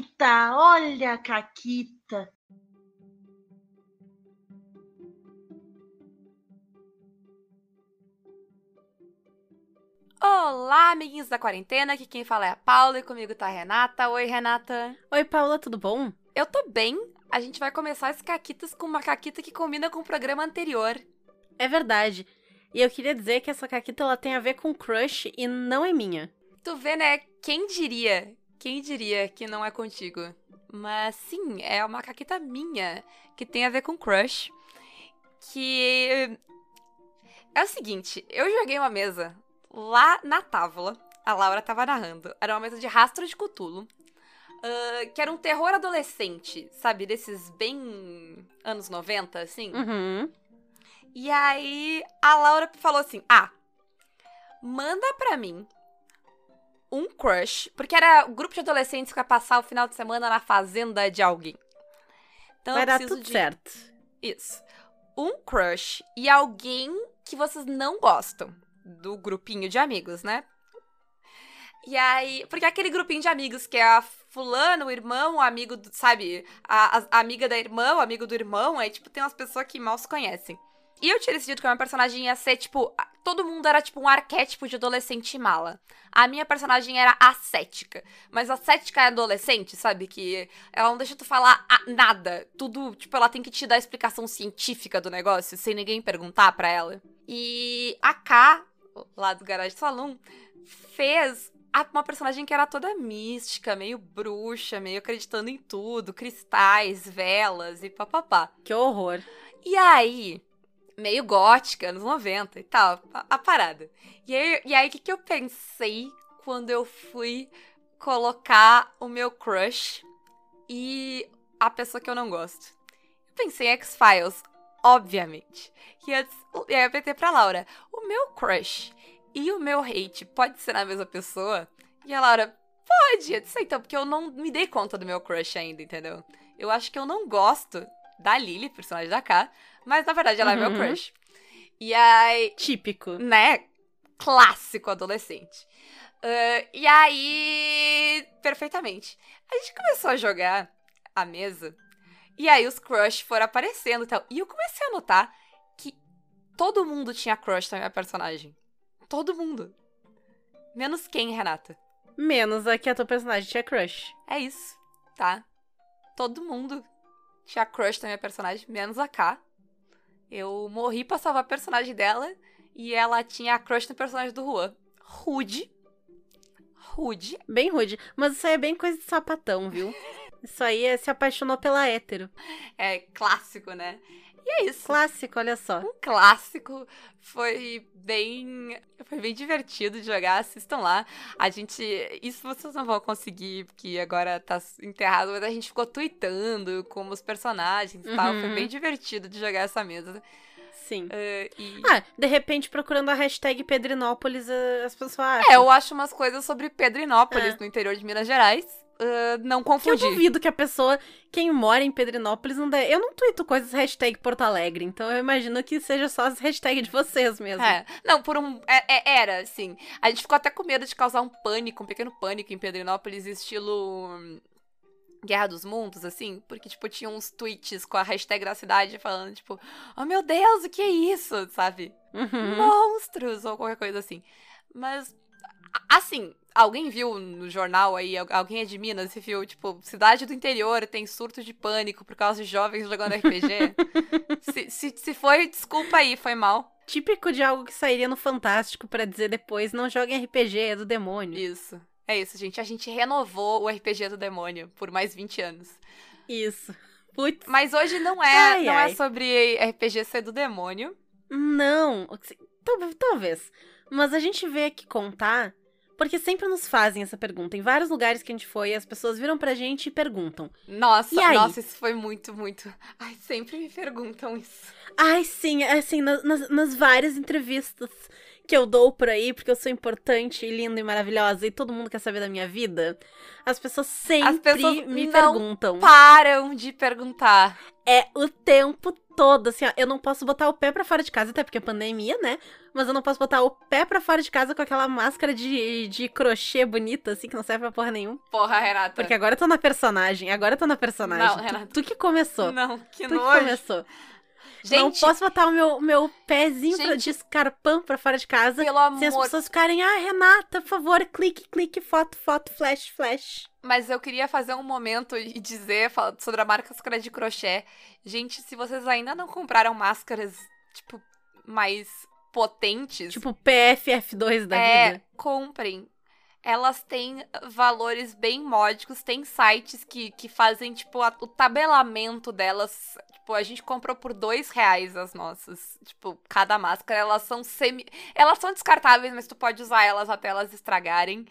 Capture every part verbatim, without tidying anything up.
Caquita, olha a Caquita. Olá, amiguinhos da quarentena, aqui quem fala é a Paula e comigo tá a Renata. Oi, Renata. Oi, Paula, tudo bom? Eu tô bem. A gente vai começar as caquitas com uma caquita que combina com o programa anterior. É verdade. E eu queria dizer que essa caquita ela tem a ver com crush e não é minha. Tu vê, né? Quem diria? Quem diria que não é contigo? Mas sim, é uma caquita minha que tem a ver com crush. Que é o seguinte, eu joguei uma mesa lá na Távola. A Laura tava narrando. Era uma mesa de Rastro de Cthulhu. Uh, que era um terror adolescente, sabe? Desses bem anos noventa, assim. Uhum. E aí, a Laura falou assim, ah, manda pra mim um crush, porque era um grupo de adolescentes que ia passar o final de semana na fazenda de alguém. Então, Vai eu dar preciso tudo de... certo. Isso. Um crush e alguém que vocês não gostam do grupinho de amigos, né? E aí, porque é aquele grupinho de amigos que é a fulano, o irmão, o amigo, do, sabe? A, a, a amiga da irmã, o amigo do irmão, aí, tipo, tem umas pessoas que mal se conhecem. E eu tinha decidido que a minha personagem ia ser, tipo, todo mundo era, tipo, um arquétipo de adolescente mala. A minha personagem era ascética. Mas a ascética é adolescente, sabe? Que ela não deixa tu falar nada. Tudo, tipo, ela tem que te dar a explicação científica do negócio, sem ninguém perguntar pra ela. E a K, lá do Garage Saloon, fez uma personagem que era toda mística, meio bruxa, meio acreditando em tudo, cristais, velas e papapá. Que horror. E aí, meio gótica, anos noventa e tal, a, a parada. E aí, e aí, o que, que eu pensei quando eu fui colocar o meu crush e a pessoa que eu não gosto? Eu pensei em X-Files, obviamente. E aí eu pensei pra Laura, o meu crush e o meu hate pode ser a mesma pessoa? E a Laura, pode. Eu disse, então, porque eu não me dei conta do meu crush ainda, entendeu? Eu acho que eu não gosto da Lily, personagem da K, mas na verdade ela Uhum. é meu crush. E aí... Típico. Né? Clássico adolescente. Uh, e aí... Perfeitamente. A gente começou a jogar a mesa, e aí os crush foram aparecendo e tal. E eu comecei a notar que todo mundo tinha crush na minha personagem. Todo mundo. Menos quem, Renata? Menos a que a tua personagem tinha crush. É isso, tá? Todo mundo tinha crush na minha personagem, menos a K. Eu morri pra salvar a personagem dela e ela tinha crush no personagem do Juan. Rude. Rude. Bem rude. Mas isso aí é bem coisa de sapatão, viu? Isso aí é se apaixonou pela hétero. É clássico, né? E é isso. Clássico, olha só. Um clássico. Foi bem... Foi bem divertido de jogar. Assistam lá. A gente... Isso vocês não vão conseguir, porque agora tá enterrado, mas a gente ficou tweetando como os personagens e Uhum. tal. Foi bem divertido de jogar essa mesa. Sim. Uh, e... Ah, de repente, procurando a hashtag Pedrinópolis, as pessoas acham. É, eu acho umas coisas sobre Pedrinópolis, É. no interior de Minas Gerais. Uh, não Que eu confundir. duvido que a pessoa, quem mora em Pedrinópolis, não dê... Eu não tuito coisas hashtag Porto Alegre, então eu imagino que seja só as hashtags de vocês mesmo. É, não, por um... É, é, era, assim. A gente ficou até com medo de causar um pânico, um pequeno pânico em Pedrinópolis, estilo... hum, Guerra dos Mundos, assim. Porque, tipo, tinha uns tweets com a hashtag da cidade falando, tipo... Oh, meu Deus, o que é isso? Sabe? Uhum. Monstros! Ou qualquer coisa assim. Mas... Assim, alguém viu no jornal aí, alguém é de Minas e viu, tipo, cidade do interior tem surto de pânico por causa de jovens jogando R P G? se, se, se foi, desculpa aí, foi mal. Típico de algo que sairia no Fantástico pra dizer depois, não joguem R P G, é do demônio. Isso, é isso, gente. A gente renovou o R P G do demônio por mais vinte anos. Isso. Putz. Mas hoje não é, Ai, não ai. é sobre R P G ser do demônio. Não, tal- talvez. Mas a gente veio aqui contar... Porque sempre nos fazem essa pergunta. Em vários lugares que a gente foi, as pessoas viram pra gente e perguntam. Nossa, E aí? nossa, isso foi muito, muito... Ai, sempre me perguntam isso. Ai, sim, assim, na- nas, nas várias entrevistas que eu dou por aí, porque eu sou importante, e linda e maravilhosa, e todo mundo quer saber da minha vida, as pessoas sempre As pessoas me não perguntam. param de perguntar. É o tempo todo, assim, ó, eu não posso botar o pé pra fora de casa, até porque é pandemia, né? Mas eu não posso botar o pé pra fora de casa com aquela máscara de, de crochê bonita, assim, que não serve pra porra nenhuma. Porra, Renata. Porque agora eu tô na personagem, agora eu tô na personagem. Não, Tu- Renata. Tu, que começou. Não, que tu que nojo. começou. Gente, Não posso botar o meu, meu pezinho pra, Gente, de escarpão pra fora de casa pelo sem as amor... pessoas ficarem, ah, Renata, por favor, clique, clique, foto, foto, flash, flash. Mas eu queria fazer um momento e dizer fala- sobre a máscara de crochê. Gente, se vocês ainda não compraram máscaras, tipo, mais potentes... Tipo P F F dois da é, vida. comprem. Elas têm valores bem módicos, tem sites que, que fazem, tipo, a- o tabelamento delas. Tipo, a gente comprou por dois reais as nossas. Tipo, cada máscara, elas são semi... Elas são descartáveis, mas tu pode usar elas até elas estragarem.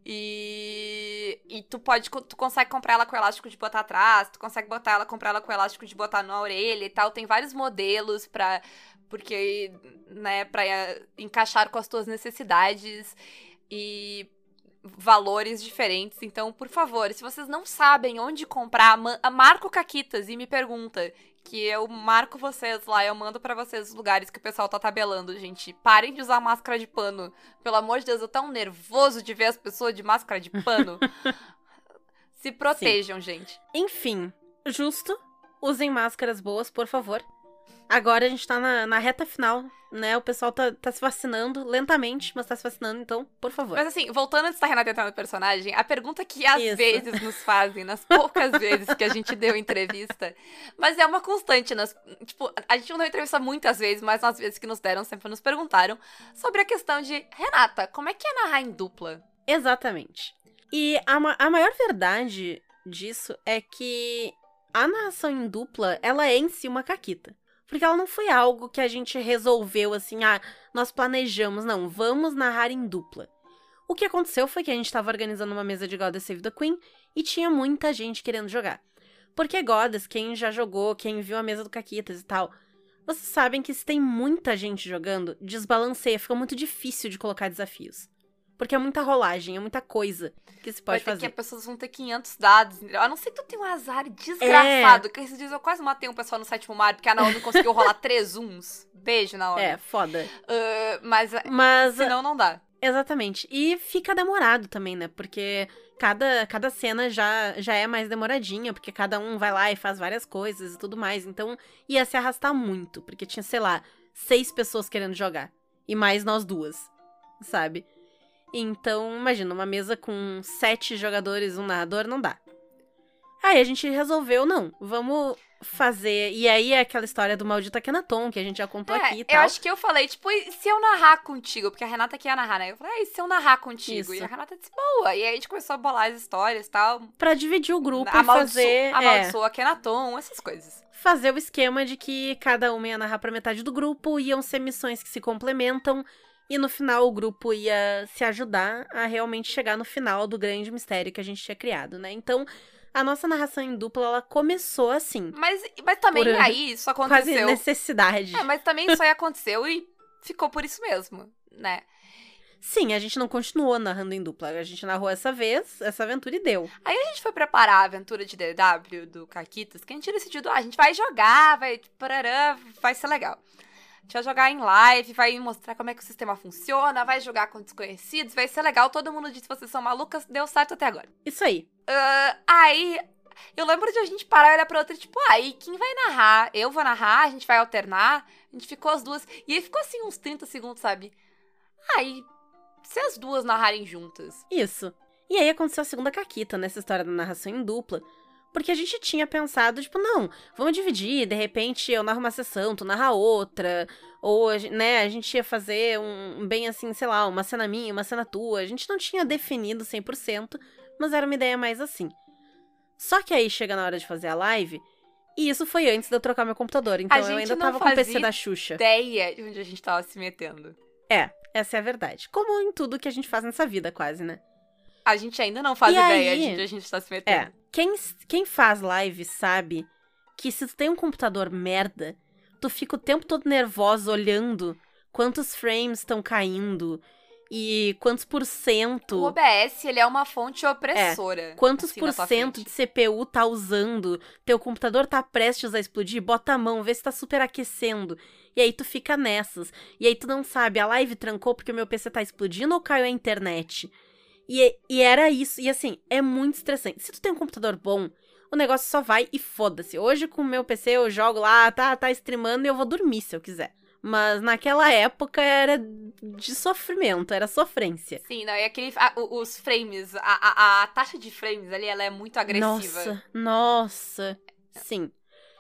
E... E tu pode... Tu consegue comprar ela com elástico de botar atrás, tu consegue botar ela, comprar ela com elástico de botar na orelha e tal. Tem vários modelos pra... Porque, né, pra eh, encaixar com as tuas necessidades. E... valores diferentes, então, por favor, se vocês não sabem onde comprar, ma- marca o Caquitas e me pergunta, que eu marco vocês lá, eu mando pra vocês os lugares que o pessoal tá tabelando, gente. Parem de usar máscara de pano. Pelo amor de Deus, eu tô tão nervoso de ver as pessoas de máscara de pano. Se protejam, Sim. gente. Enfim, justo, usem máscaras boas, por favor. Agora a gente tá na, na reta final, né? O pessoal tá, tá se vacinando lentamente, mas tá se vacinando, então, por favor. Mas assim, voltando antes da Renata entrar no personagem, a pergunta que às Isso. vezes nos fazem, nas poucas vezes que a gente deu entrevista, mas é uma constante, nas, tipo, a gente não deu entrevista muitas vezes, mas nas vezes que nos deram, sempre nos perguntaram sobre a questão de, Renata, como é que é narrar em dupla? Exatamente. E a, ma- a maior verdade disso é que a narração em dupla, ela é em si uma caquita. Porque ela não foi algo que a gente resolveu assim, ah, nós planejamos, não, vamos narrar em dupla. O que aconteceu foi que a gente tava organizando uma mesa de Goddess Save the Queen e tinha muita gente querendo jogar. Porque Goddess, quem já jogou, quem viu a mesa do Caquitas e tal, vocês sabem que se tem muita gente jogando, desbalanceia, fica muito difícil de colocar desafios. Porque é muita rolagem, é muita coisa que se pode Vai ter fazer. que as pessoas vão ter quinhentos dados, entendeu? A não ser que tu tenha um azar desgraçado, que esses dias eu quase matei um pessoal no sétimo mar, porque a Naomi conseguiu rolar três uns. Beijo, Naomi. É, foda. Uh, mas, Mas, senão não dá. exatamente. E fica demorado também, né? Porque cada, cada cena já, já é mais demoradinha, porque cada um vai lá e faz várias coisas e tudo mais. Então, ia se arrastar muito, porque tinha, sei lá, seis pessoas querendo jogar. E mais nós duas, sabe? Então, imagina, uma mesa com sete jogadores, um narrador, não dá. Aí a gente resolveu, não, vamos fazer... E aí é aquela história do maldito Akhenaton, que a gente já contou É, aqui e eu tal. acho que eu falei, tipo, e se eu narrar contigo? Porque a Renata quer narrar, né? Eu falei, ah, e se eu narrar contigo? Isso. E a Renata disse, boa. E aí a gente começou a bolar as histórias e tal. Pra dividir o grupo e Amaldiço... fazer... é, Amaldiçoa Akhenaton, essas coisas. fazer o esquema de que cada uma ia narrar pra metade do grupo, iam ser missões que se complementam, e no final o grupo ia se ajudar a realmente chegar no final do grande mistério que a gente tinha criado, né? Então, a nossa narração em dupla, ela começou assim, Mas, mas também Por- aí isso quase aconteceu. necessidade. É, mas também isso aí aconteceu e ficou por isso mesmo, né? Sim, a gente não continuou narrando em dupla, a gente narrou essa vez, essa aventura e deu. Aí a gente foi preparar a aventura de D W do Caquitas, que a gente tinha decidido, ah, a gente vai jogar, vai, parará, vai ser legal. A gente vai jogar em live, vai mostrar como é que o sistema funciona, vai jogar com desconhecidos, vai ser legal. Todo mundo disse que vocês são malucas, deu certo até agora. Isso aí. Uh, aí, eu lembro de a gente parar e olhar pra outra, tipo, ah, e quem vai narrar? Eu vou narrar, a gente vai alternar. A gente ficou as duas. E aí ficou assim uns trinta segundos, sabe? Aí, se as duas narrarem juntas. Isso. E aí aconteceu a segunda caquita nessa história da narração em dupla, porque a gente tinha pensado, tipo, não, vamos dividir, de repente eu narro uma sessão, tu narra outra, ou, a gen- né, a gente ia fazer um, bem assim, sei lá, uma cena minha, uma cena tua, a gente não tinha definido cem por cento, mas era uma ideia mais assim. Só que aí chega na hora de fazer a live, e isso foi antes de eu trocar meu computador, então eu gente ainda não tava com o P C fazia da Xuxa. Ideia de onde a gente tava se metendo. É, essa é a verdade. Como em tudo que a gente faz nessa vida, quase, né? A gente ainda não faz E ideia aí- de onde a gente tá se metendo. É, quem, quem faz live sabe que se tu tem um computador merda, tu fica o tempo todo nervosa olhando quantos frames estão caindo e quantos por cento... O O B S, ele é uma fonte opressora. É, quantos assim, por na tua cento frente. de C P U tá usando, teu computador tá prestes a explodir, bota a mão, vê se tá superaquecendo. E aí tu fica nessas. E aí tu não sabe, a live trancou porque o meu P C tá explodindo ou caiu a internet? E, e era isso. E assim, é muito estressante. Se tu tem um computador bom, o negócio só vai e foda-se. Hoje com o meu P C eu jogo lá, tá, tá streamando e eu vou dormir se eu quiser. Mas naquela época era de sofrimento, era sofrência. Sim, não, e aquele, a- o- os frames, a, a, a taxa de frames ali, ela é muito agressiva. Nossa, nossa. Sim.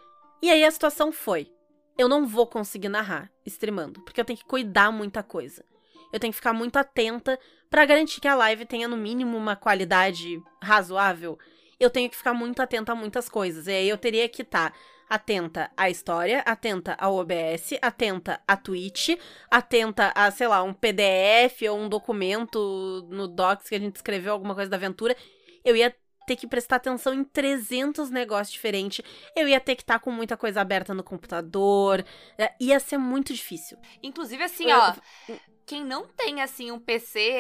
E aí a situação foi, eu não vou conseguir narrar streamando, porque eu tenho que cuidar muita coisa. Eu tenho que ficar muito atenta pra garantir que a live tenha no mínimo uma qualidade razoável. Eu tenho que ficar muito atenta a muitas coisas. E aí eu teria que estar atenta à história, atenta ao O B S, atenta à Twitch, atenta a, sei lá, um P D F ou um documento no Docs que a gente escreveu, alguma coisa da aventura. Eu ia ter que prestar atenção em trezentos negócios diferentes. Eu ia ter que estar com muita coisa aberta no computador. É, ia ser muito difícil. Inclusive, assim, Eu- ó, quem não tem, assim, um P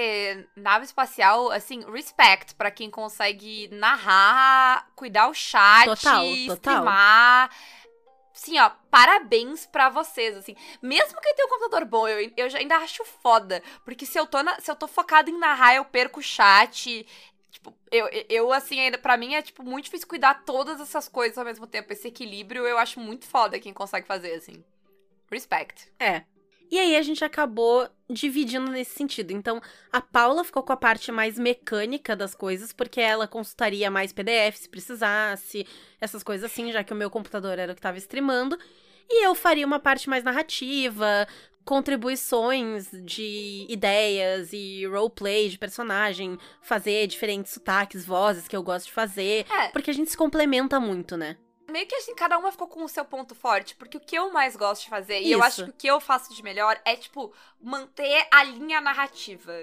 C nave espacial, assim, respect pra quem consegue narrar, cuidar o chat, Total, total. streamar. Sim, ó, parabéns pra vocês, assim. Mesmo quem tem um computador bom, eu, eu já ainda acho foda. Porque se eu tô, na- se eu tô focada em narrar, eu perco o chat. Tipo, eu, eu, assim, ainda, pra mim é, tipo, muito difícil cuidar todas essas coisas ao mesmo tempo. Esse equilíbrio eu acho muito foda quem consegue fazer, assim. Respect. É. E aí a gente acabou dividindo nesse sentido. Então, a Paula ficou com a parte mais mecânica das coisas, porque ela consultaria mais P D F se precisasse, essas coisas assim, já que o meu computador era o que tava streamando. E eu faria uma parte mais narrativa, contribuições de ideias e roleplay de personagem, fazer diferentes sotaques, vozes que eu gosto de fazer, É. porque a gente se complementa muito, né? Meio que assim, cada uma ficou com o seu ponto forte, porque o que eu mais gosto de fazer, e eu Isso. acho que o que eu faço de melhor é, tipo, manter a linha narrativa,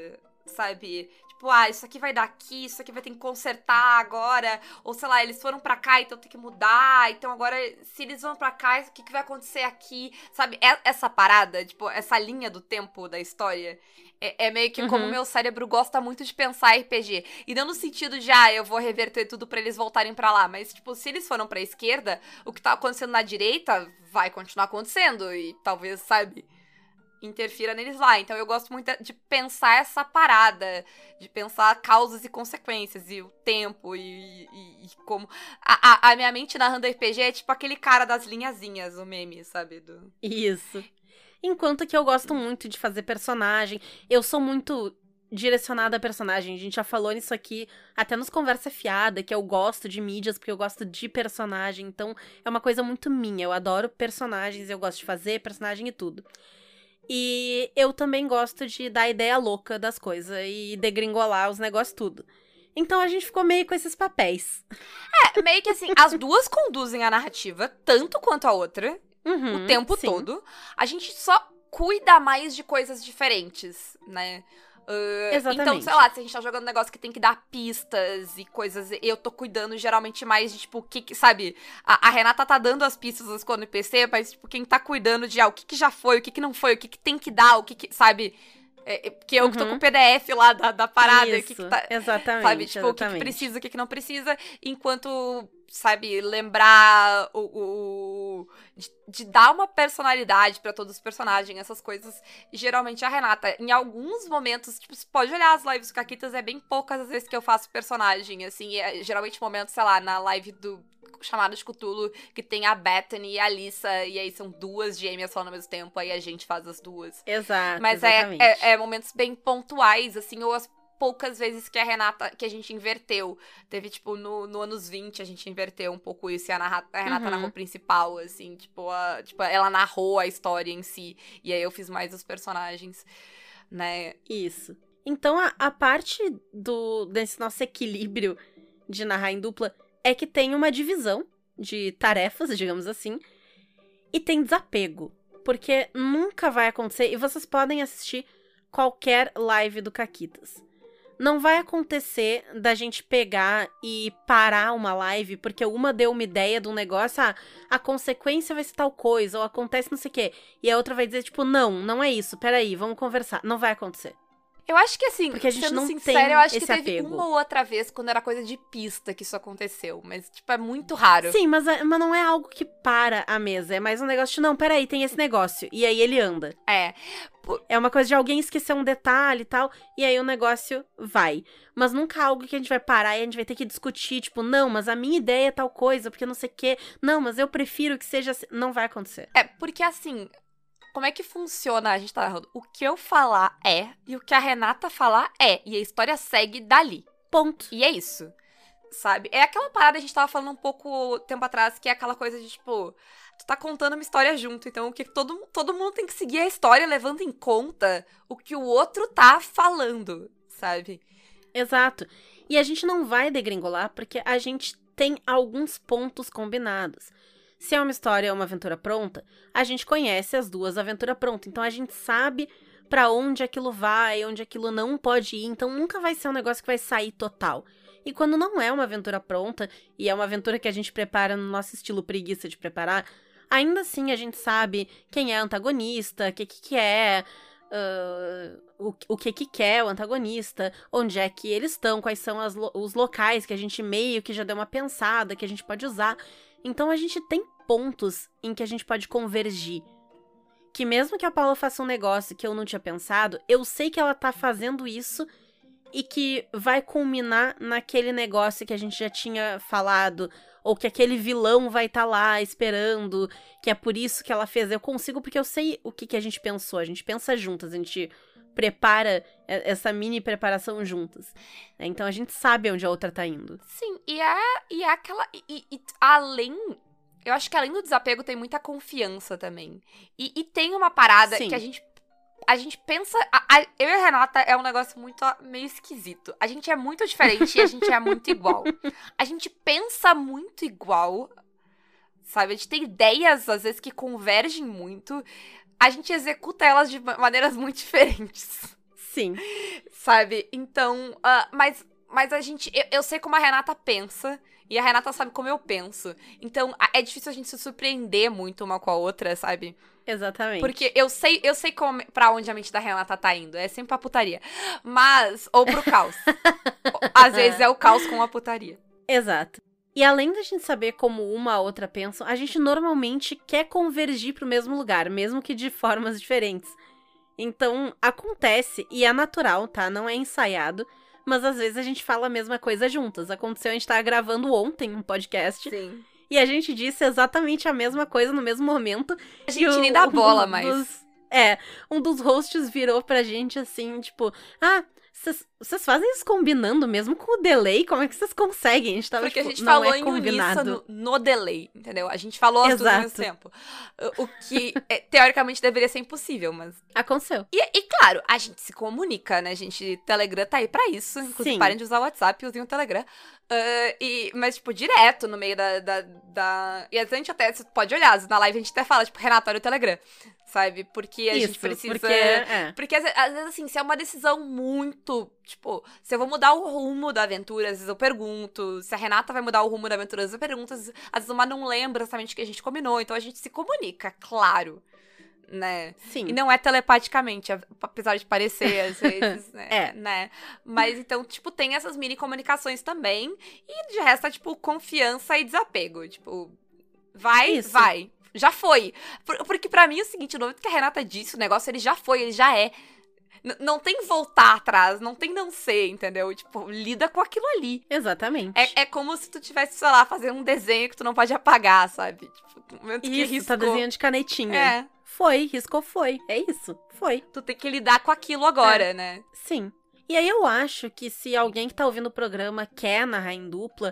sabe? Tipo, ah, isso aqui vai dar aqui, isso aqui vai ter que consertar agora, ou sei lá, eles foram pra cá, então tem que mudar, então agora, se eles vão pra cá, o que, que vai acontecer aqui, sabe? É- Essa parada, tipo, essa linha do tempo da história, é, é meio que como o Uhum. meu cérebro gosta muito de pensar R P G. E não no sentido de, ah, eu vou reverter tudo pra eles voltarem pra lá. Mas, tipo, se eles foram pra esquerda, o que tá acontecendo na direita vai continuar acontecendo. E talvez, sabe, interfira neles lá. Então eu gosto muito de pensar essa parada. De pensar causas e consequências. E o tempo e, e- e como... A, a, a minha mente narrando R P G é tipo aquele cara das linhazinhas, o meme, sabe? Do... Isso. Enquanto que eu gosto muito de fazer personagem. Eu sou muito direcionada a personagem. A gente já falou nisso aqui, até nos Conversa Fiada, que eu gosto de mídias porque eu gosto de personagem. Então, é uma coisa muito minha. Eu adoro personagens, eu gosto de fazer personagem e tudo. E eu também gosto de dar ideia louca das coisas e degringolar os negócios tudo. Então, a gente ficou meio com esses papéis. É, meio que assim, as duas conduzem a narrativa, tanto quanto a outra. Uhum, o tempo sim. todo. A gente só cuida mais de coisas diferentes, né? Uh, Exatamente. Então, sei lá, se a gente tá jogando um negócio que tem que dar pistas e coisas, eu tô cuidando geralmente mais de, tipo, o que, que sabe? A, a Renata tá dando as pistas das coisas no P C, mas, tipo, quem tá cuidando de, ah, o que que já foi, o que que não foi, o que que tem que dar, o que que, sabe? É, é, porque eu que tô Uhum. com o P D F lá da, da parada, o que que Isso, tá... exatamente, Sabe, tipo, o que, que exatamente. precisa, o que, que não precisa, enquanto, sabe, lembrar o... o de, de dar uma personalidade pra todos os personagens, essas coisas, geralmente a Renata, em alguns momentos, tipo, você pode olhar as lives do Caquitas, é bem poucas as vezes que eu faço personagem, assim, é, geralmente momentos, sei lá, na live do Chamada de Cthulhu, que tem a Bethany e a Alissa, e aí são duas gêmeas falando ao mesmo tempo, aí a gente faz as duas. Exato, Mas é, exatamente. é, é momentos bem pontuais, assim, ou as poucas vezes que a Renata, que a gente inverteu. Teve, tipo, no, no anos vinte, a gente inverteu um pouco isso, e a, narra, a Renata Uhum. narrou principal, assim, tipo, a, tipo, ela narrou a história em si, e aí eu fiz mais os personagens, né? Isso. Então, a, a parte do desse nosso equilíbrio de narrar em dupla é que tem uma divisão de tarefas, digamos assim, e tem desapego. Porque nunca vai acontecer, e vocês podem assistir qualquer live do Caquitas. Não vai acontecer da gente pegar e parar uma live porque uma deu uma ideia de um negócio, ah, a consequência vai ser tal coisa, ou acontece não sei o quê. E a outra vai dizer, tipo, não, não é isso, peraí, vamos conversar. Não vai acontecer. Eu acho que assim, Porque a gente sendo não sincera, tem eu acho que esse teve apego. uma ou outra vez quando era coisa de pista que isso aconteceu. Mas, tipo, é muito raro. Sim, mas, é- mas não é algo que para a mesa. É mais um negócio de, não, peraí, tem esse negócio. E aí ele anda. É. É uma coisa de alguém esquecer um detalhe e tal, e aí o negócio vai. Mas nunca algo que a gente vai parar e a gente vai ter que discutir, tipo, não, mas a minha ideia é tal coisa, porque não sei o quê. Não, mas eu prefiro que seja assim. Não vai acontecer. É, porque assim, como é que funciona? A gente tá narrando. O que eu falar é, e o que a Renata falar é. E a história segue dali. Ponto. E é isso. Sabe? É aquela parada que a gente tava falando um pouco tempo atrás, que é aquela coisa de, tipo, tu tá contando uma história junto, então o que todo, todo mundo tem que seguir a história levando em conta o que o outro tá falando, sabe? Exato. E a gente não vai degringolar porque a gente tem alguns pontos combinados. Se é uma história ou uma aventura pronta, a gente conhece as duas aventuras prontas. Então a gente sabe pra onde aquilo vai, onde aquilo não pode ir. Então nunca vai ser um negócio que vai sair total. E quando não é uma aventura pronta, e é uma aventura que a gente prepara no nosso estilo preguiça de preparar, ainda assim a gente sabe quem é antagonista, o que que é, uh, o, o que que quer o antagonista, onde é que eles estão, quais são as, lo- os locais que a gente meio que já deu uma pensada, que a gente pode usar. Então a gente tem pontos em que a gente pode convergir. Que mesmo que a Paula faça um negócio que eu não tinha pensado, eu sei que ela tá fazendo isso e que vai culminar naquele negócio que a gente já tinha falado, ou que aquele vilão vai estar lá esperando, que é por isso que ela fez. Eu consigo porque eu sei o que, que a gente pensou, a gente pensa juntas, a gente prepara essa mini preparação juntas. Então a gente sabe onde a outra tá indo. Sim, e é, e é aquela. E, e além. Eu acho que além do desapego tem muita confiança também. E, e tem uma parada Sim. que a gente. A gente pensa. A, a, eu e a Renata é um negócio muito ó, meio esquisito. A gente é muito diferente e a gente é muito igual. A gente pensa muito igual. Sabe? A gente tem ideias, às vezes, que convergem muito. A gente executa elas de maneiras muito diferentes. Sim. Sabe? Então. Uh, mas, mas a gente. Eu, eu sei como a Renata pensa. E a Renata sabe como eu penso. Então, é difícil a gente se surpreender muito uma com a outra, sabe? Exatamente. Porque eu sei, eu sei como, pra onde a mente da Renata tá indo. É sempre pra putaria. Mas, ou pro caos. Às vezes é o caos com a putaria. Exato. E além da gente saber como uma a outra pensam, a gente normalmente quer convergir pro mesmo lugar, mesmo que de formas diferentes. Então, acontece, e é natural, tá? Não é ensaiado. Mas às vezes a gente fala a mesma coisa juntas. Aconteceu, a gente tava gravando ontem um podcast. Sim. E a gente disse exatamente a mesma coisa no mesmo momento. A gente nem dá um bola dos, mais. Dos, é, um dos hosts virou pra gente assim, tipo... Ah, vocês fazem isso combinando mesmo com o delay? Como é que vocês conseguem? A gente tava, Porque tipo, a gente não falou é em combinado. uníssono no delay, entendeu? A gente falou as duas ao mesmo Exato. tempo. O que, é, teoricamente, deveria ser impossível, mas... Aconteceu. E, e, claro, a gente se comunica, né, gente? Telegram tá aí pra isso. Inclusive, Sim. parem de usar o WhatsApp e usem o Telegram. Uh, e, mas, tipo, direto no meio da, da, da... E às vezes a gente até... Você pode olhar, às vezes na live a gente até fala, tipo, Renata, olha o Telegram. Sabe? Porque a Isso, gente precisa... porque... É. Porque às, às vezes, assim, se é uma decisão muito... Tipo, se eu vou mudar o rumo da aventura, às vezes eu pergunto. Se a Renata vai mudar o rumo da aventura, às vezes eu pergunto. Às vezes uma não lembra exatamente o que a gente combinou. Então a gente se comunica, claro. Né? Sim. E não é telepaticamente, apesar de parecer, às vezes, né? É. né? Mas, então, tipo, tem essas mini comunicações também. E, de resto, é, tipo, confiança e desapego. Tipo, vai, Isso. vai. Já foi. Por, porque, pra mim, é o seguinte, no momento que a Renata disse, o negócio, ele já foi, ele já é. N- não tem voltar atrás, não tem não ser, entendeu? Tipo, lida com aquilo ali. Exatamente. É, é como se tu tivesse, sei lá, fazendo um desenho que tu não pode apagar, sabe? Tipo, no momento que Isso, riscou. tá desenhando de canetinha. É. Foi, riscou, foi. É isso, foi. Tu tem que lidar com aquilo agora, É. né? Sim. E aí eu acho que se alguém que tá ouvindo o programa quer narrar em dupla,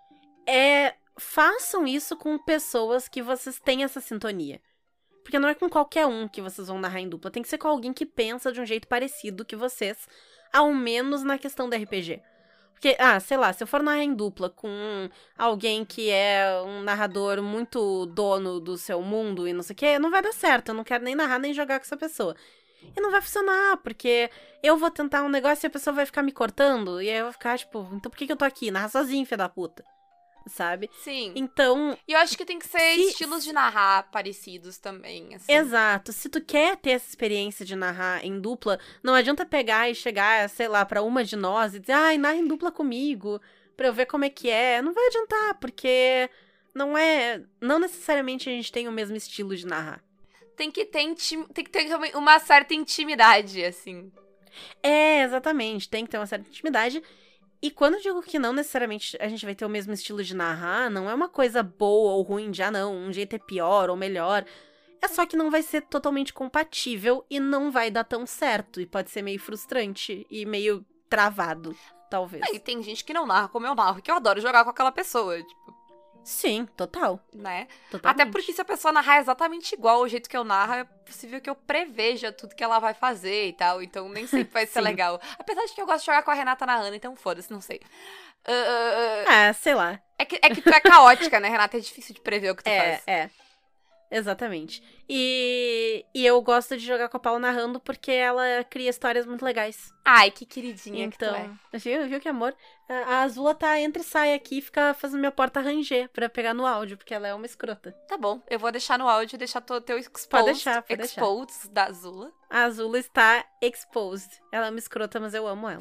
é... façam isso com pessoas que vocês têm essa sintonia. Porque não é com qualquer um que vocês vão narrar em dupla. Tem que ser com alguém que pensa de um jeito parecido que vocês, ao menos na questão do R P G. Porque, ah, sei lá, se eu for narrar em dupla com alguém que é um narrador muito dono do seu mundo e não sei o quê, não vai dar certo. Eu não quero nem narrar nem jogar com essa pessoa. E não vai funcionar, porque eu vou tentar um negócio e a pessoa vai ficar me cortando. E aí eu vou ficar, tipo, então por que, que eu tô aqui? Narra sozinho, filha da puta. Sabe? Sim. Então. E eu acho que tem que ser se... estilos de narrar parecidos também, assim. Exato. Se tu quer ter essa experiência de narrar em dupla, não adianta pegar e chegar, sei lá, pra uma de nós e dizer, ai, narra em dupla comigo, pra eu ver como é que é. Não vai adiantar, porque não é. Não necessariamente a gente tem o mesmo estilo de narrar. Tem que ter, intim... tem que ter uma certa intimidade, assim. É, exatamente. Tem que ter uma certa intimidade. E quando eu digo que não necessariamente a gente vai ter o mesmo estilo de narrar, não é uma coisa boa ou ruim de, ah, não, um jeito é pior ou melhor. É só que não vai ser totalmente compatível e não vai dar tão certo. E pode ser meio frustrante e meio travado, talvez. Aí tem gente que não narra como eu narro, que eu adoro jogar com aquela pessoa, tipo... Sim, total. Né? Totalmente. Até porque se a pessoa narrar exatamente igual o jeito que eu narro, é possível que eu preveja tudo que ela vai fazer e tal. Então nem sempre vai ser legal. Apesar de que eu gosto de jogar com a Renata narrando, então foda-se, não sei. Uh, ah, sei lá. É que, é que tu é caótica, né, Renata? É difícil de prever o que tu é, faz. É, é. Exatamente. E, e eu gosto de jogar com a Paula narrando porque ela cria histórias muito legais. Ai, que queridinha então, que tu é. Viu, viu que amor? A, a Azula tá entre e sai aqui e fica fazendo minha porta ranger pra pegar no áudio, porque ela é uma escrota. Tá bom, eu vou deixar no áudio e deixar o teu exposed, pode deixar, pode exposed deixar. da Azula. A Azula está exposed. Ela é uma escrota, mas eu amo ela.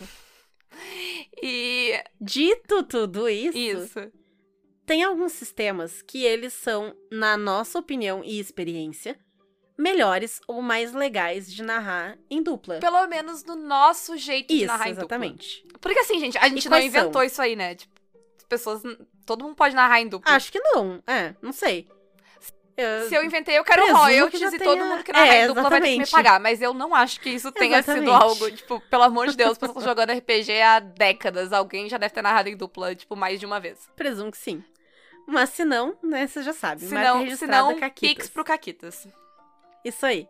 E... Dito tudo isso... Isso. Tem alguns sistemas que eles são, na nossa opinião e experiência, melhores ou mais legais de narrar em dupla. Pelo menos no nosso jeito isso, de narrar em exatamente. dupla. Porque assim, gente, a gente e não quais inventou são? isso aí, né? Tipo, as pessoas... Todo mundo pode narrar em dupla. Acho que não. É, não sei. Eu... Se eu inventei, eu quero Presumo royalties que e tenha... todo mundo que narrar é, em dupla vai ter que me exatamente. pagar. Mas eu não acho que isso tenha Exatamente. sido algo, tipo, pelo amor de Deus, pessoas jogando R P G há décadas. Alguém já deve ter narrado em dupla, tipo, mais de uma vez. Presumo que sim. Mas se não, né, você já sabe. Se marca não, registrada, se não Caquitas. pix pro Caquitas. Isso aí.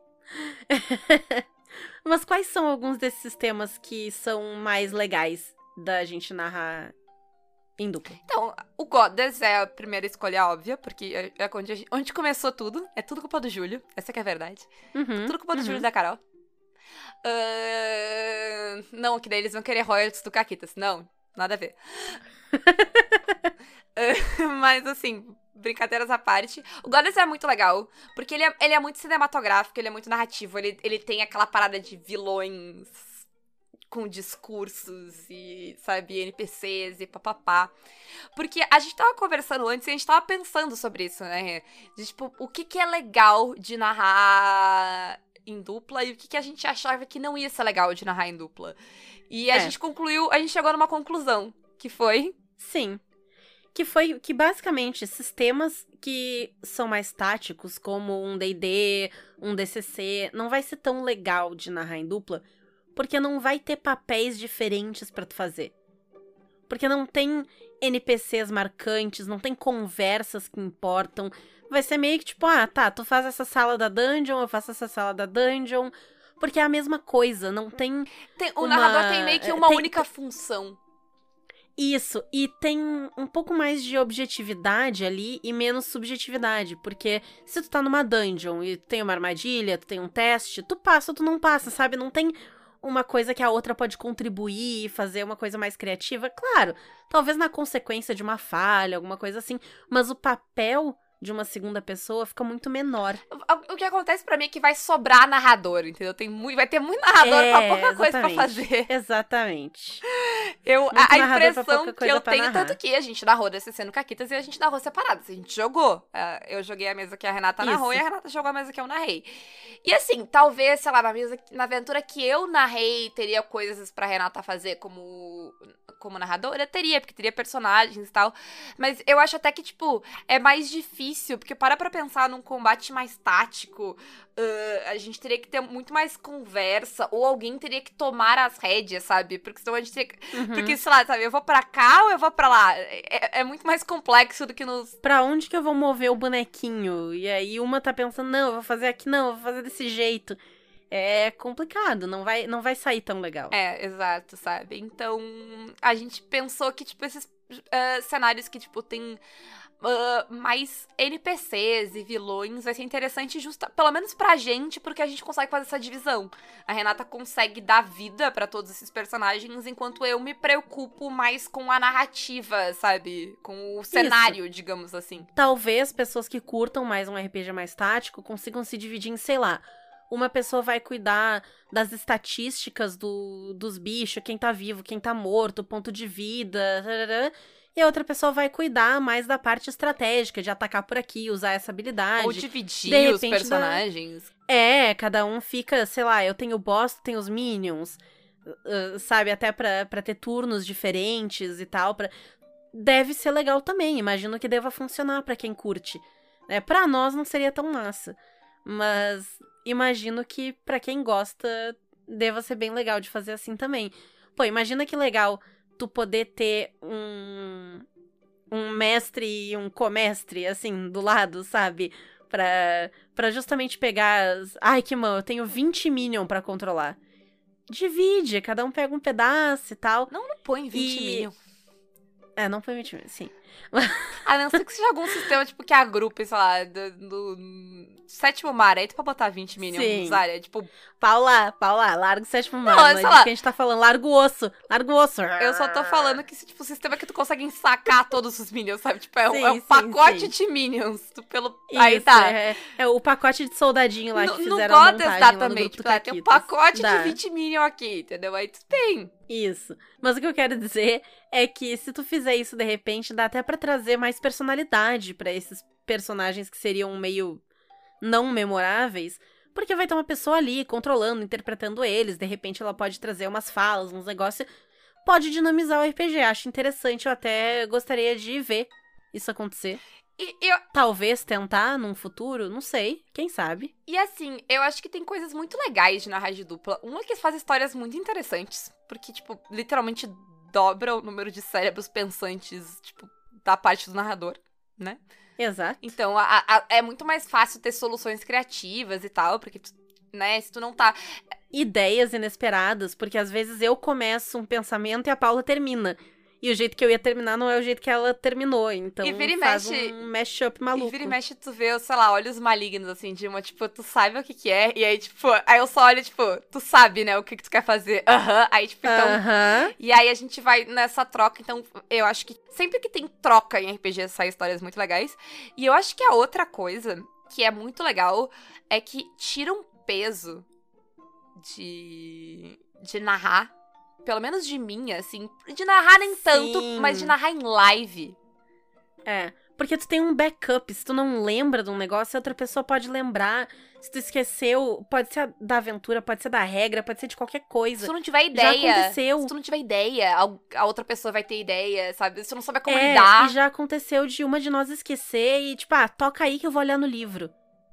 Mas quais são alguns desses sistemas que são mais legais da gente narrar em dupla? Então, o Goddess é a primeira escolha óbvia, porque é onde, a gente, onde começou tudo. É tudo culpa do Júlio. Essa que é a verdade. Uhum, tudo culpa do uhum. Júlio e da Carol. Uh, não, que daí eles vão querer royalties do Caquitas. Não, nada a ver. uh, mas, assim, brincadeiras à parte. O Goddess é muito legal, porque ele é, ele é muito cinematográfico, ele é muito narrativo. Ele, ele tem aquela parada de vilões com discursos e, sabe, N P Cs e papapá. Porque a gente tava conversando antes e a gente tava pensando sobre isso, né? De, tipo, o que que é legal de narrar em dupla e o que que a gente achava que não ia ser legal de narrar em dupla. E a É. gente concluiu, a gente chegou numa conclusão, que foi... Sim. Que foi que, basicamente, sistemas que são mais táticos, como um D e D, um D C C, não vai ser tão legal de narrar em dupla, porque não vai ter papéis diferentes pra tu fazer. Porque não tem N P Cs marcantes, não tem conversas que importam. Vai ser meio que tipo, ah, tá, tu faz essa sala da dungeon, eu faço essa sala da dungeon. Porque é a mesma coisa, não tem... Tem, o uma... narrador tem meio que uma tem... única função. Isso, e tem um pouco mais de objetividade ali e menos subjetividade, porque se tu tá numa dungeon e tem uma armadilha, tu tem um teste, tu passa ou tu não passa, sabe? Não tem uma coisa que a outra pode contribuir, fazer uma coisa mais criativa. Claro, talvez na consequência de uma falha, alguma coisa assim, mas o papel de uma segunda pessoa fica muito menor. O que acontece pra mim é que vai sobrar narrador, entendeu? Tem muito, vai ter muito narrador é, pra pouca coisa pra exatamente. fazer. Exatamente. Eu, Muito a, a narrador pra impressão pouca que coisa eu pra tenho, narrar. tanto que a gente narrou D C C no Caquitas e a gente narrou separados. A gente jogou. Uh, eu joguei a mesa que a Renata narrou Isso. e a Renata jogou a mesa que eu narrei. E assim, talvez, sei lá, na, mesa, na aventura que eu narrei, teria coisas pra Renata fazer como, como narradora? Teria, porque teria personagens e tal. Mas eu acho até que, tipo, é mais difícil, porque para pra pensar num combate mais tático, uh, a gente teria que ter muito mais conversa, ou alguém teria que tomar as rédeas, sabe? Porque senão a gente teria que... Uhum. Porque, sei lá, sabe, eu vou pra cá ou eu vou pra lá? É, é muito mais complexo do que nos... Pra onde que eu vou mover o bonequinho? E aí uma tá pensando, não, eu vou fazer aqui, não, eu vou fazer desse jeito. É complicado, não vai, não vai sair tão legal. É, exato, sabe? Então, a gente pensou que, tipo, esses uh, cenários que, tipo, tem uh, mais N P Cs e vilões, vai ser interessante justa, pelo menos pra gente, porque a gente consegue fazer essa divisão. A Renata consegue dar vida pra todos esses personagens, enquanto eu me preocupo mais com a narrativa, sabe? Com o cenário, Isso. digamos assim. Talvez pessoas que curtam mais um R P G mais tático consigam se dividir em, sei lá, uma pessoa vai cuidar das estatísticas do, dos bichos, quem tá vivo, quem tá morto, ponto de vida, tarará, e a outra pessoa vai cuidar mais da parte estratégica, de atacar por aqui, usar essa habilidade. Ou dividir de os personagens. Da... É, cada um fica, sei lá, eu tenho o boss, tu tem os minions, uh, sabe, até pra, pra ter turnos diferentes e tal. Pra... Deve ser legal também, imagino que deva funcionar pra quem curte. É, pra nós não seria tão massa, mas imagino que pra quem gosta deva ser bem legal de fazer assim também. Pô, imagina que legal tu poder ter um, um mestre e um comestre, assim, do lado, sabe? Pra, pra justamente pegar... As... Ai, que mão, eu tenho vinte minion pra controlar. Divide, cada um pega um pedaço e tal. Não, não põe vinte e... minion. É, não põe vinte minion, sim. A não ser que seja algum sistema, tipo, que agrupe, sei lá, do, do sétimo mar, aí tu pra botar vinte minions na área, tipo... Paula, Paula, larga o sétimo mar, não, não é sei disso lá. que a gente tá falando, larga o osso, larga o osso. Eu só tô falando que esse, tipo, sistema que tu consegue sacar todos os minions, sabe? Tipo, é, sim, um, é um sim, pacote sim. de minions, tu, pelo... Isso, aí tá. É, é o pacote de soldadinho lá Não, que não fizeram a gosto montagem exatamente, lá no grupo tipo, do ah, tem um Caquitas. pacote Dá. de vinte minions aqui, entendeu? Aí tu tem. Isso. Mas o que eu quero dizer é que se tu fizer isso de repente, dá até pra trazer mais personalidade pra esses personagens que seriam meio não memoráveis, porque vai ter uma pessoa ali controlando, interpretando eles, de repente ela pode trazer umas falas, uns negócios, pode dinamizar o R P G. Acho interessante, eu até gostaria de ver isso acontecer. E eu... Talvez tentar num futuro, não sei, quem sabe. E assim, eu acho que tem coisas muito legais de narrar de dupla. Uma é que faz histórias muito interessantes, porque, tipo, literalmente dobra o número de cérebros pensantes, tipo, da parte do narrador, né? Exato. Então, a, a, é muito mais fácil ter soluções criativas e tal, porque, tu, né, se tu não tá... Ideias inesperadas, porque às vezes eu começo um pensamento e a Paula termina. E o jeito que eu ia terminar não é o jeito que ela terminou, então e vira e faz mexe, um mashup maluco. E vira e mexe, tu vê, sei lá, olhos malignos, assim, de uma, tipo, tu sabe o que que é, e aí, tipo, aí eu só olho, tipo, tu sabe, né, o que que tu quer fazer, aham, uh-huh. Aí, tipo, então... Aham. Uh-huh. E aí a gente vai nessa troca, então eu acho que sempre que tem troca em R P G saem histórias muito legais. E eu acho que a outra coisa que é muito legal é que tira um peso de, de narrar. Pelo menos de mim, assim. De narrar nem Sim. tanto, mas de narrar em live. É, porque tu tem um backup. Se tu não lembra de um negócio, outra pessoa pode lembrar. Se tu esqueceu, pode ser da aventura, pode ser da regra, pode ser de qualquer coisa. Se tu não tiver ideia... Já aconteceu. Se tu não tiver ideia, a outra pessoa vai ter ideia, sabe? Se tu não souber como é, lidar... e já aconteceu de uma de nós esquecer e, tipo, ah, toca aí que eu vou olhar no livro.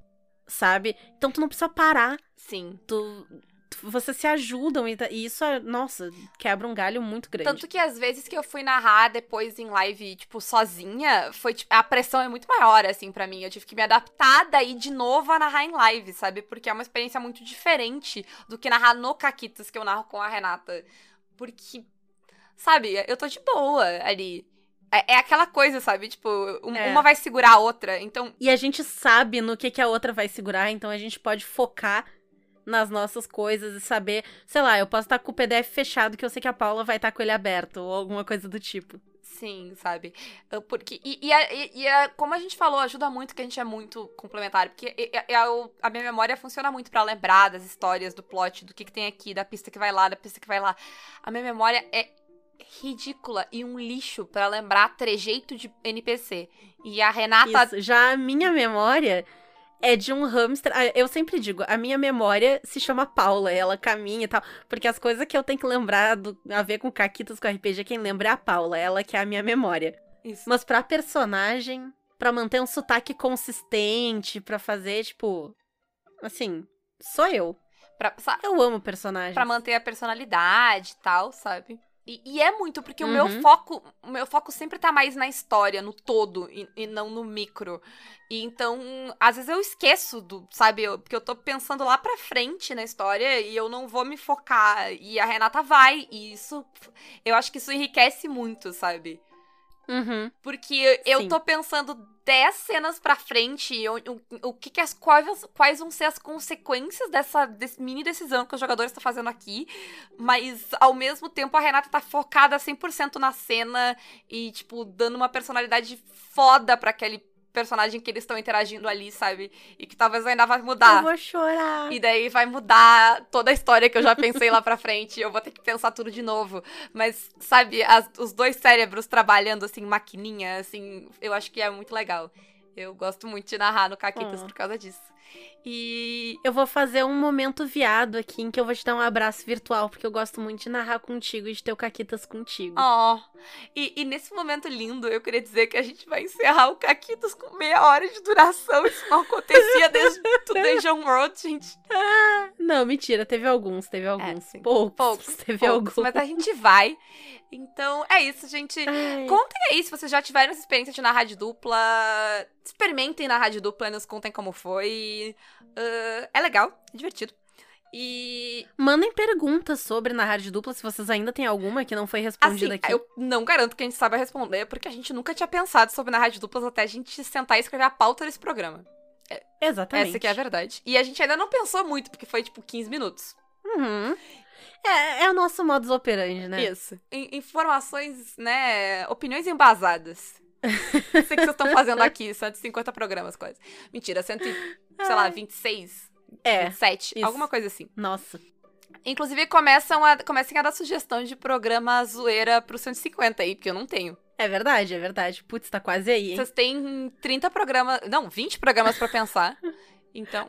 Sabe? Então tu não precisa parar. Sim. Tu... Vocês se ajudam e, e isso, é, nossa, quebra um galho muito grande. Tanto que às vezes que eu fui narrar depois em live, tipo, sozinha, foi, tipo, a pressão é muito maior, assim, pra mim. Eu tive que me adaptar daí de novo a narrar em live, sabe? Porque é uma experiência muito diferente do que narrar no Caquitas, que eu narro com a Renata. Porque, sabe, eu tô de boa ali. É, é aquela coisa, sabe? Tipo, um, é. uma vai segurar a outra, então... E a gente sabe no que, que a outra vai segurar, então a gente pode focar nas nossas coisas e saber, sei lá, eu posso estar com o P D F fechado que eu sei que a Paula vai estar com ele aberto ou alguma coisa do tipo. Sim, sabe? Porque, e, e, a, e a, como a gente falou, ajuda muito que a gente é muito complementar, porque a, a, a minha memória funciona muito pra lembrar das histórias, do plot, do que, que tem aqui, da pista que vai lá, da pista que vai lá. A minha memória é ridícula e um lixo pra lembrar trejeito de N P C. E a Renata... Isso, já a minha memória... é de um hamster. Eu sempre digo, a minha memória se chama Paula, ela caminha e tal. Porque as coisas que eu tenho que lembrar do, a ver com Caquitas, com R P G, quem lembra é a Paula, ela que é a minha memória. Isso. Mas pra personagem, pra manter um sotaque consistente, pra fazer, tipo... Assim, sou eu. Pra, eu amo personagens. Pra manter a personalidade e tal, sabe? E, e é muito, porque uhum. o meu foco o meu foco sempre tá mais na história, no todo, e, e não no micro. E então, às vezes eu esqueço do, sabe? Eu, porque eu tô pensando lá pra frente na história e eu não vou me focar. E a Renata vai. E isso, eu acho que isso enriquece muito, sabe? Uhum. Porque eu Sim. tô pensando dez cenas pra frente, o, o, o que que as, quais, quais vão ser as consequências dessa desse mini decisão que os jogadores estão fazendo aqui, mas ao mesmo tempo a Renata tá focada cem por cento na cena e, tipo, dando uma personalidade foda pra aquele personagem que eles estão interagindo ali, sabe? E que talvez ainda vai mudar. Eu vou chorar. E daí vai mudar toda a história que eu já pensei lá pra frente. Eu vou ter que pensar tudo de novo. Mas, sabe, as- os dois cérebros trabalhando, assim, maquininha, assim, eu acho que é muito legal. Eu gosto muito de narrar no Caquitas Oh. por causa disso. E... Eu vou fazer um momento viado aqui, em que eu vou te dar um abraço virtual, porque eu gosto muito de narrar contigo e de ter o Caquitas contigo. Ó, e, e nesse momento lindo, eu queria dizer que a gente vai encerrar o Caquitas com meia hora de duração. Isso não acontecia desde o Dungeon World, gente. Não, mentira, teve alguns, teve alguns. sim. Poucos, Poucos, teve poucos, alguns. mas a gente vai. Então, é isso, gente. Ai. Contem aí se vocês já tiveram essa experiência de narrar de dupla. Experimentem narrar de dupla e nos contem como foi. Ah, é legal, é divertido. E, Mandem perguntas sobre narrar de dupla, se vocês ainda têm alguma que não foi assim, respondida aqui. eu não garanto que a gente saiba responder, porque a gente nunca tinha pensado sobre narrar de duplas até a gente sentar e escrever a pauta desse programa. Exatamente. Essa que é a verdade. E a gente ainda não pensou muito, porque foi, tipo, quinze minutos. Uhum. É, é o nosso modus operandi, né? Isso. In- informações, né? Opiniões embasadas. Sei que vocês estão fazendo aqui, cento e cinquenta programas quase. Mentira, cento, e, sei lá, vinte e seis, É, vinte e sete, isso. alguma coisa assim. Nossa. Inclusive, começam a, comecem a dar sugestão de programa zoeira pro cento e cinquenta aí, porque eu não tenho. É verdade, é verdade. Putz, tá quase aí, hein? Vocês têm trinta programas, não, vinte programas pra pensar. Então,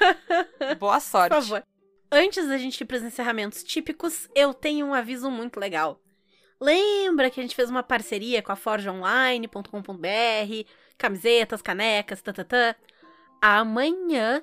boa sorte. Por favor. Antes da gente ir pros encerramentos típicos, eu tenho um aviso muito legal. Lembra que a gente fez uma parceria com a forge online ponto com ponto b r, camisetas, canecas, tatatã? Amanhã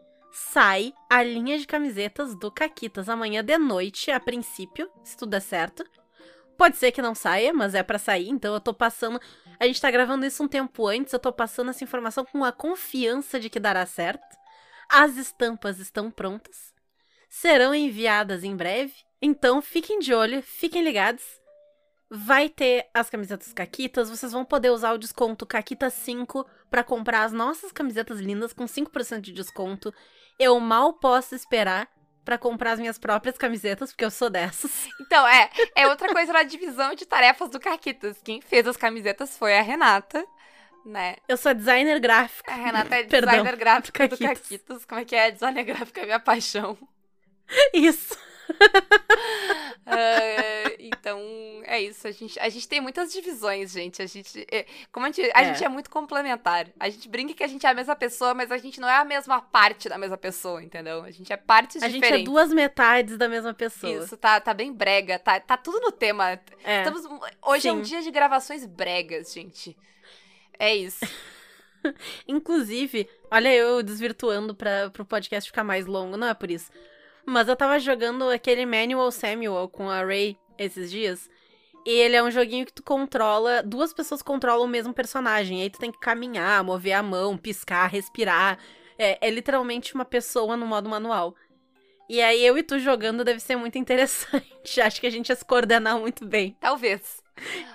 sai a linha de camisetas do Caquitas. Amanhã de noite, a princípio, se tudo der certo. Pode ser que não saia, mas é pra sair, então eu tô passando... A gente tá gravando isso um tempo antes, eu tô passando essa informação com a confiança de que dará certo. As estampas estão prontas. Serão enviadas em breve. Então, fiquem de olho, fiquem ligados. Vai ter as camisetas Caquitas. Vocês vão poder usar o desconto Caquita cinco pra comprar as nossas camisetas lindas com cinco por cento de desconto. Eu mal posso esperar pra comprar as minhas próprias camisetas, porque eu sou dessas. Então, é, é outra coisa na divisão de tarefas do Caquitas. Quem fez as camisetas foi a Renata, né? Eu sou designer gráfico. A Renata é Perdão, designer gráfica do do Caquitas. Caquitas. Como é que é? Designer gráfico é minha paixão. Isso. Ah, então, é isso. A gente, a gente tem muitas divisões, gente. A gente, é, como a gente, a É. gente é muito complementar. A gente brinca que a gente é a mesma pessoa, mas a gente não é a mesma parte da mesma pessoa, entendeu? A gente é partes A gente diferentes. é duas metades da mesma pessoa. Isso, tá, tá bem brega. Tá, tá tudo no tema. É. Estamos, hoje é um Sim. dia de gravações bregas, gente. É isso. Inclusive, olha eu desvirtuando para pro podcast ficar mais longo, não é por isso. Mas eu tava jogando aquele Manual Samuel com a Ray esses dias. E ele é um joguinho que tu controla, duas pessoas controlam o mesmo personagem. Aí tu tem que caminhar, mover a mão, piscar, respirar. É, é literalmente uma pessoa no modo manual. E aí eu e tu jogando deve ser muito interessante. Acho que a gente ia se coordenar muito bem. Talvez.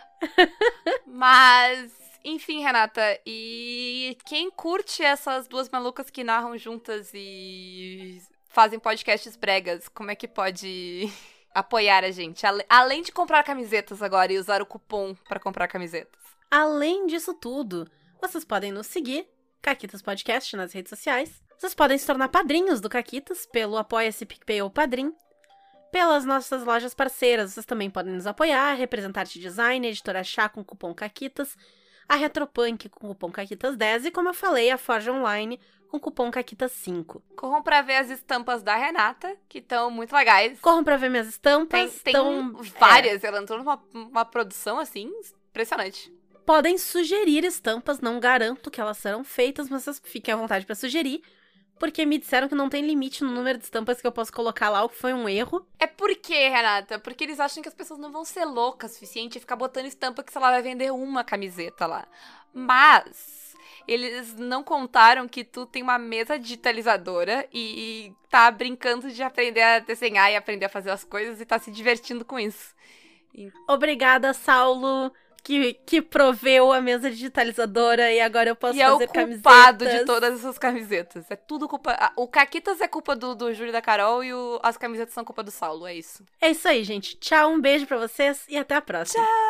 Mas, enfim, Renata, e quem curte essas duas malucas que narram juntas e fazem podcasts bregas, como é que pode apoiar a gente? Ale- Além de comprar camisetas agora e usar o cupom pra comprar camisetas. Além disso tudo, vocês podem nos seguir, Caquitas Podcast, nas redes sociais. Vocês podem se tornar padrinhos do Caquitas pelo Apoia-se, PicPay ou Padrim. Pelas nossas lojas parceiras, vocês também podem nos apoiar, Representar Arte Design, Editora Chá com cupom Caquitas, a Retropunk com cupom Caquitas dez e, como eu falei, a Forge Online com cupom Caquitas cinco. Corram pra ver as estampas da Renata, que estão muito legais. Corram pra ver minhas Tem, estampas. tem tão- várias, ela entrou numa uma produção, assim, impressionante. é, podem sugerir estampas, não garanto que elas serão feitas, mas vocês fiquem à vontade pra sugerir, porque me disseram que não tem limite no número de estampas que eu posso colocar lá, o que foi um erro. É por quê, Renata? Porque eles acham que as pessoas não vão ser loucas o suficiente e ficar botando estampa que, sei lá, vai vender uma camiseta lá. Mas eles não contaram que tu tem uma mesa digitalizadora e, e tá brincando de aprender a desenhar e aprender a fazer as coisas e tá se divertindo com isso. Obrigada, Saulo. que, que proveu a mesa digitalizadora e agora eu posso E é o fazer culpado camisetas. de todas essas camisetas. É tudo culpa... ah, O Caquitas é culpa do, do Júlio e da Carol e o- as camisetas são culpa do Saulo, é isso. É isso aí, gente. Tchau, um beijo pra vocês e até a próxima. Tchau!